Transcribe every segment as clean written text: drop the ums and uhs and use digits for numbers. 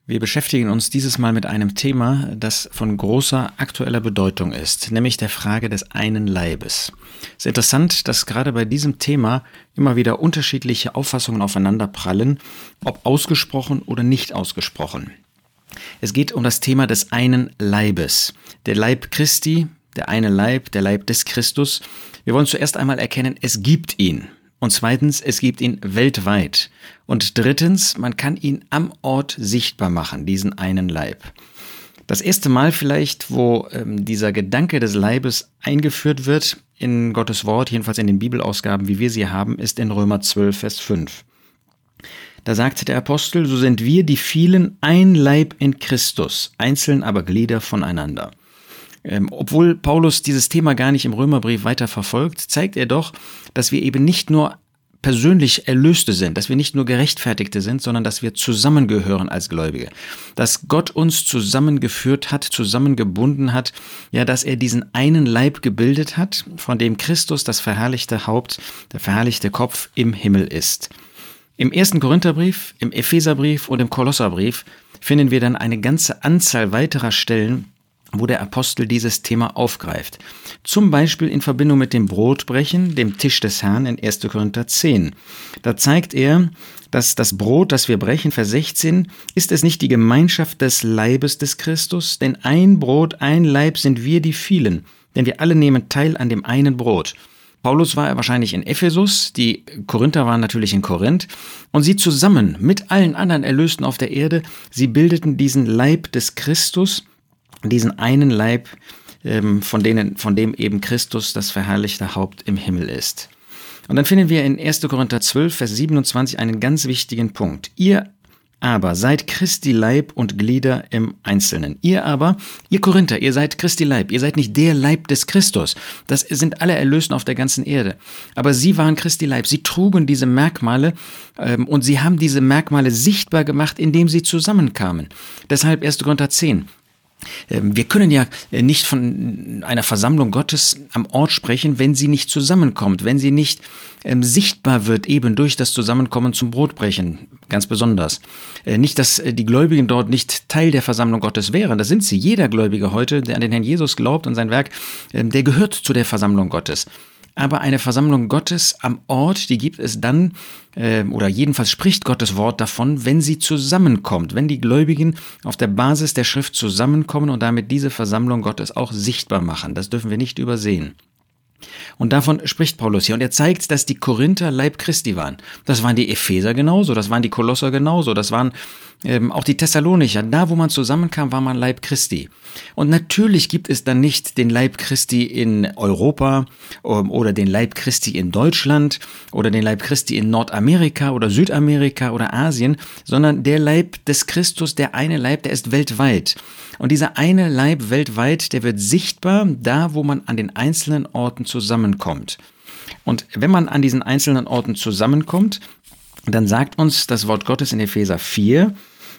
Wir beschäftigen uns dieses Mal mit einem Thema, das von großer aktueller Bedeutung ist, nämlich der Frage des einen Leibes. Es ist interessant, dass gerade bei diesem Thema immer wieder unterschiedliche Auffassungen aufeinanderprallen, ob ausgesprochen oder nicht ausgesprochen. Es geht um das Thema des einen Leibes. Der Leib Christi, der eine Leib, der Leib des Christus. Wir wollen zuerst einmal erkennen, es gibt ihn. Und zweitens, es gibt ihn weltweit. Und drittens, man kann ihn am Ort sichtbar machen, diesen einen Leib. Das erste Mal vielleicht, wo dieser Gedanke des Leibes eingeführt wird in Gottes Wort, jedenfalls in den Bibelausgaben, wie wir sie haben, ist in Römer 12, Vers 5. Da sagt der Apostel, so sind wir die vielen ein Leib in Christus, einzeln aber Glieder voneinander. Obwohl Paulus dieses Thema gar nicht im Römerbrief weiter verfolgt, zeigt er doch, dass wir eben nicht nur persönlich Erlöste sind, dass wir nicht nur Gerechtfertigte sind, sondern dass wir zusammengehören als Gläubige. Dass Gott uns zusammengeführt hat, zusammengebunden hat, ja, dass er diesen einen Leib gebildet hat, von dem Christus das verherrlichte Haupt, der verherrlichte Kopf im Himmel ist. Im 1. Korintherbrief, im Epheserbrief und im Kolosserbrief finden wir dann eine ganze Anzahl weiterer Stellen, wo der Apostel dieses Thema aufgreift. Zum Beispiel in Verbindung mit dem Brotbrechen, dem Tisch des Herrn in 1. Korinther 10. Da zeigt er, dass das Brot, das wir brechen, Vers 16, ist es nicht die Gemeinschaft des Leibes des Christus? Denn ein Brot, ein Leib sind wir die vielen, denn wir alle nehmen teil an dem einen Brot. Paulus war wahrscheinlich in Ephesus, die Korinther waren natürlich in Korinth und sie zusammen mit allen anderen Erlösten auf der Erde, sie bildeten diesen Leib des Christus, diesen einen Leib, von dem eben Christus das verherrlichte Haupt im Himmel ist. Und dann finden wir in 1. Korinther 12, Vers 27 einen ganz wichtigen Punkt. Ihr aber seid Christi Leib und Glieder im Einzelnen. Ihr Korinther, ihr seid Christi Leib. Ihr seid nicht der Leib des Christus. Das sind alle Erlösten auf der ganzen Erde. Aber sie waren Christi Leib. Sie trugen diese Merkmale und sie haben diese Merkmale sichtbar gemacht, indem sie zusammenkamen. Deshalb 1. Korinther 10. Wir können ja nicht von einer Versammlung Gottes am Ort sprechen, wenn sie nicht zusammenkommt, wenn sie nicht sichtbar wird, eben durch das Zusammenkommen zum Brotbrechen, ganz besonders. Nicht, dass die Gläubigen dort nicht Teil der Versammlung Gottes wären, das sind sie. Jeder Gläubige heute, der an den Herrn Jesus glaubt und sein Werk, der gehört zu der Versammlung Gottes. Aber eine Versammlung Gottes am Ort, die gibt es dann, oder jedenfalls spricht Gottes Wort davon, wenn sie zusammenkommt, wenn die Gläubigen auf der Basis der Schrift zusammenkommen und damit diese Versammlung Gottes auch sichtbar machen. Das dürfen wir nicht übersehen. Und davon spricht Paulus hier. Und er zeigt, dass die Korinther Leib Christi waren. Das waren die Epheser genauso, das waren die Kolosser genauso, das waren auch die Thessalonicher. Da, wo man zusammenkam, war man Leib Christi. Und natürlich gibt es dann nicht den Leib Christi in Europa oder den Leib Christi in Deutschland oder den Leib Christi in Nordamerika oder Südamerika oder Asien, sondern der Leib des Christus, der eine Leib, der ist weltweit. Und dieser eine Leib weltweit, der wird sichtbar da, wo man an den einzelnen Orten zusammenkommt. Und wenn man an diesen einzelnen Orten zusammenkommt, dann sagt uns das Wort Gottes in Epheser 4,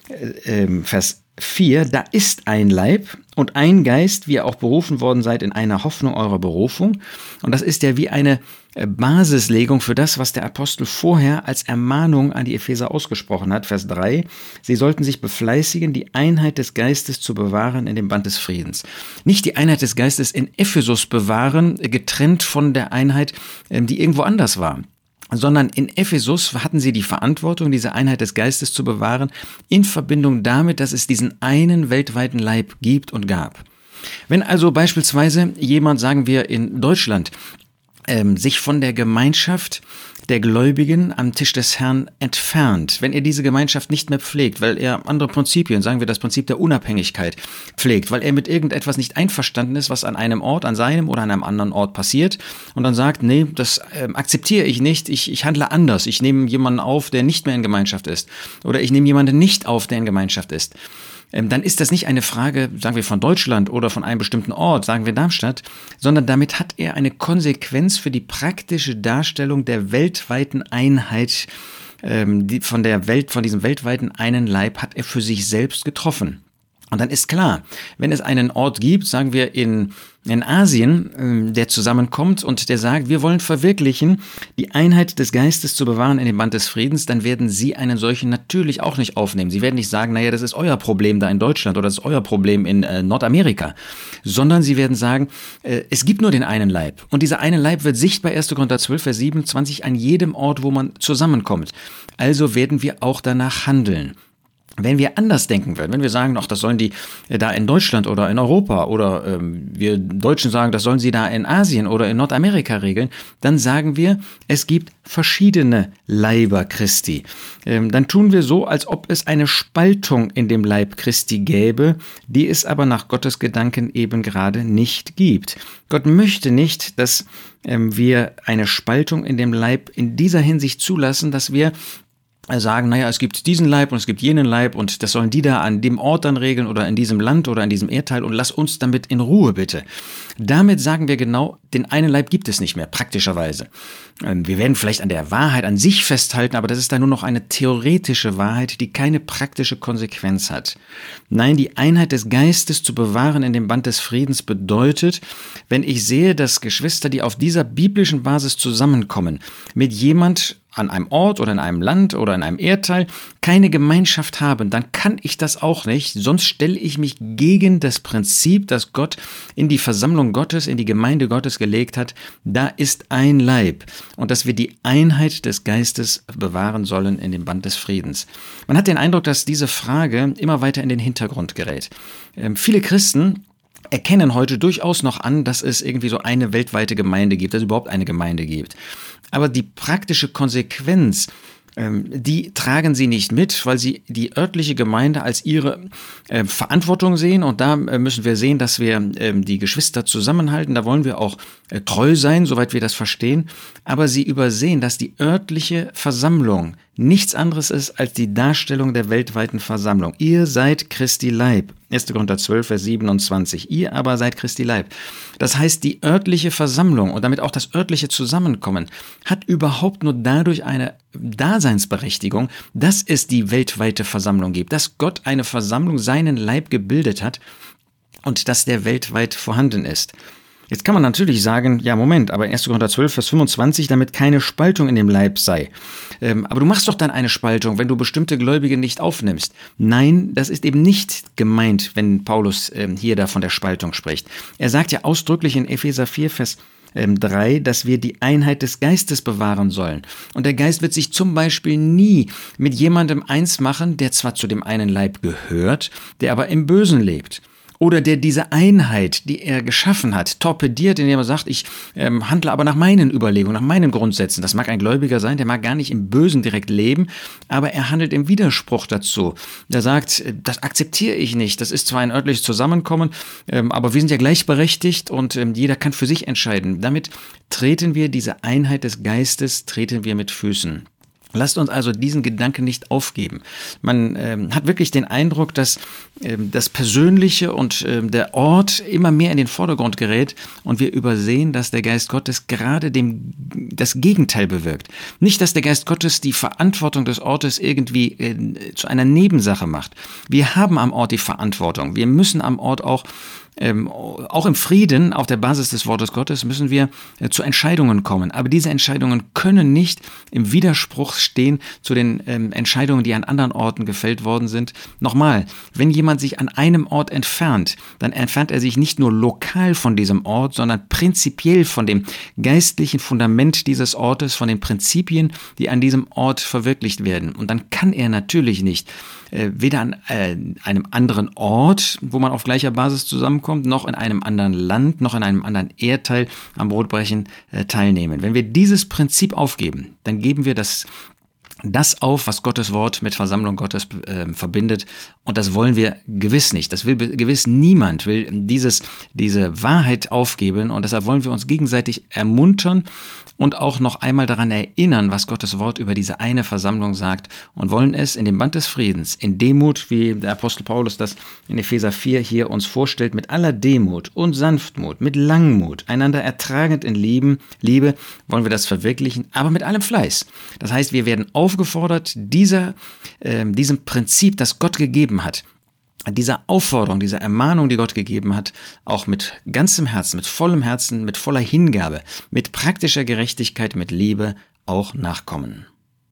Vers 4, da ist ein Leib und ein Geist, wie ihr auch berufen worden seid in einer Hoffnung eurer Berufung. Und das ist ja wie eine Basislegung für das, was der Apostel vorher als Ermahnung an die Epheser ausgesprochen hat. Vers 3, sie sollten sich befleißigen, die Einheit des Geistes zu bewahren in dem Band des Friedens. Nicht die Einheit des Geistes in Ephesus bewahren, getrennt von der Einheit, die irgendwo anders war, sondern in Ephesus hatten sie die Verantwortung, diese Einheit des Geistes zu bewahren, in Verbindung damit, dass es diesen einen weltweiten Leib gibt und gab. Wenn also beispielsweise jemand, sagen wir in Deutschland, sich von der Gemeinschaft der Gläubigen am Tisch des Herrn entfernt, wenn er diese Gemeinschaft nicht mehr pflegt, weil er andere Prinzipien, sagen wir das Prinzip der Unabhängigkeit, pflegt, weil er mit irgendetwas nicht einverstanden ist, was an einem Ort, an seinem oder an einem anderen Ort passiert und dann sagt, nee, das akzeptiere ich nicht, ich handle anders, ich nehme jemanden auf, der nicht mehr in Gemeinschaft ist oder ich nehme jemanden nicht auf, der in Gemeinschaft ist. Dann ist das nicht eine Frage, sagen wir, von Deutschland oder von einem bestimmten Ort, sagen wir Darmstadt, sondern damit hat er eine Konsequenz für die praktische Darstellung der weltweiten Einheit, von diesem weltweiten einen Leib hat er für sich selbst getroffen. Und dann ist klar, wenn es einen Ort gibt, sagen wir in Asien, der zusammenkommt und der sagt, wir wollen verwirklichen, die Einheit des Geistes zu bewahren in dem Band des Friedens, dann werden sie einen solchen natürlich auch nicht aufnehmen. Sie werden nicht sagen, naja, das ist euer Problem da in Deutschland oder das ist euer Problem in Nordamerika, sondern sie werden sagen, es gibt nur den einen Leib. Und dieser eine Leib wird sichtbar, 1. Korinther 12, Vers 27, an jedem Ort, wo man zusammenkommt. Also werden wir auch danach handeln. Wenn wir anders denken würden, wenn wir sagen, ach, das sollen die da in Deutschland oder in Europa oder wir Deutschen sagen, das sollen sie da in Asien oder in Nordamerika regeln, dann sagen wir, es gibt verschiedene Leiber Christi. Dann tun wir so, als ob es eine Spaltung in dem Leib Christi gäbe, die es aber nach Gottes Gedanken eben gerade nicht gibt. Gott möchte nicht, dass wir eine Spaltung in dem Leib in dieser Hinsicht zulassen, dass wir sagen, naja, es gibt diesen Leib und es gibt jenen Leib und das sollen die da an dem Ort dann regeln oder in diesem Land oder in diesem Erdteil und lass uns damit in Ruhe bitte. Damit sagen wir genau, den einen Leib gibt es nicht mehr, praktischerweise. Wir werden vielleicht an der Wahrheit an sich festhalten, aber das ist dann nur noch eine theoretische Wahrheit, die keine praktische Konsequenz hat. Nein, die Einheit des Geistes zu bewahren in dem Band des Friedens bedeutet, wenn ich sehe, dass Geschwister, die auf dieser biblischen Basis zusammenkommen, mit jemand an einem Ort oder in einem Land oder in einem Erdteil keine Gemeinschaft haben, dann kann ich das auch nicht, sonst stelle ich mich gegen das Prinzip, das Gott in die Versammlung Gottes, in die Gemeinde Gottes gelegt hat. Da ist ein Leib und dass wir die Einheit des Geistes bewahren sollen in dem Band des Friedens. Man hat den Eindruck, dass diese Frage immer weiter in den Hintergrund gerät. Viele Christen erkennen heute durchaus noch an, dass es irgendwie so eine weltweite Gemeinde gibt, dass es überhaupt eine Gemeinde gibt. Aber die praktische Konsequenz, die tragen sie nicht mit, weil sie die örtliche Gemeinde als ihre Verantwortung sehen. Und da müssen wir sehen, dass wir die Geschwister zusammenhalten. Da wollen wir auch treu sein, soweit wir das verstehen. Aber sie übersehen, dass die örtliche Versammlung nichts anderes ist als die Darstellung der weltweiten Versammlung. Ihr seid Christi Leib. 1. Korinther 12, Vers 27. Ihr aber seid Christi Leib. Das heißt, die örtliche Versammlung und damit auch das örtliche Zusammenkommen hat überhaupt nur dadurch eine Daseinsberechtigung, dass es die weltweite Versammlung gibt, dass Gott eine Versammlung, seinen Leib gebildet hat und dass der weltweit vorhanden ist. Jetzt kann man natürlich sagen, ja Moment, aber 1. Korinther 12, Vers 25, damit keine Spaltung in dem Leib sei. Aber du machst doch dann eine Spaltung, wenn du bestimmte Gläubige nicht aufnimmst. Nein, das ist eben nicht gemeint, wenn Paulus hier da von der Spaltung spricht. Er sagt ja ausdrücklich in Epheser 4, Vers 3, dass wir die Einheit des Geistes bewahren sollen. Und der Geist wird sich zum Beispiel nie mit jemandem eins machen, der zwar zu dem einen Leib gehört, der aber im Bösen lebt. Oder der diese Einheit, die er geschaffen hat, torpediert, indem er sagt, ich handle aber nach meinen Überlegungen, nach meinen Grundsätzen. Das mag ein Gläubiger sein, der mag gar nicht im Bösen direkt leben, aber er handelt im Widerspruch dazu. Der sagt, das akzeptiere ich nicht. Das ist zwar ein örtliches Zusammenkommen, aber wir sind ja gleichberechtigt und jeder kann für sich entscheiden. Damit treten wir diese Einheit des Geistes, treten wir mit Füßen. Lasst uns also diesen Gedanken nicht aufgeben. Man hat wirklich den Eindruck, dass das Persönliche und der Ort immer mehr in den Vordergrund gerät und wir übersehen, dass der Geist Gottes gerade das Gegenteil bewirkt. Nicht, dass der Geist Gottes die Verantwortung des Ortes irgendwie zu einer Nebensache macht. Wir haben am Ort die Verantwortung. Wir müssen am Ort auch im Frieden, auf der Basis des Wortes Gottes, müssen wir zu Entscheidungen kommen. Aber diese Entscheidungen können nicht im Widerspruch stehen zu den Entscheidungen, die an anderen Orten gefällt worden sind. Nochmal, wenn jemand sich an einem Ort entfernt, dann entfernt er sich nicht nur lokal von diesem Ort, sondern prinzipiell von dem geistlichen Fundament dieses Ortes, von den Prinzipien, die an diesem Ort verwirklicht werden. Und dann kann er natürlich nicht weder an einem anderen Ort, wo man auf gleicher Basis zusammenkommt, noch in einem anderen Land, noch in einem anderen Erdteil am Brotbrechen teilnehmen. Wenn wir dieses Prinzip aufgeben, dann geben wir das auf, was Gottes Wort mit Versammlung Gottes verbindet. Und das wollen wir gewiss nicht. Das will gewiss niemand, will diese Wahrheit aufgeben. Und deshalb wollen wir uns gegenseitig ermuntern und auch noch einmal daran erinnern, was Gottes Wort über diese eine Versammlung sagt und wollen es in dem Band des Friedens, in Demut, wie der Apostel Paulus das in Epheser 4 hier uns vorstellt, mit aller Demut und Sanftmut, mit Langmut, einander ertragend in Liebe, wollen wir das verwirklichen, aber mit allem Fleiß. Das heißt, wir werden aufgefordert, diesem Prinzip, das Gott gegeben hat, dieser Aufforderung, dieser Ermahnung, die Gott gegeben hat, auch mit ganzem Herzen, mit vollem Herzen, mit voller Hingabe, mit praktischer Gerechtigkeit, mit Liebe auch nachkommen.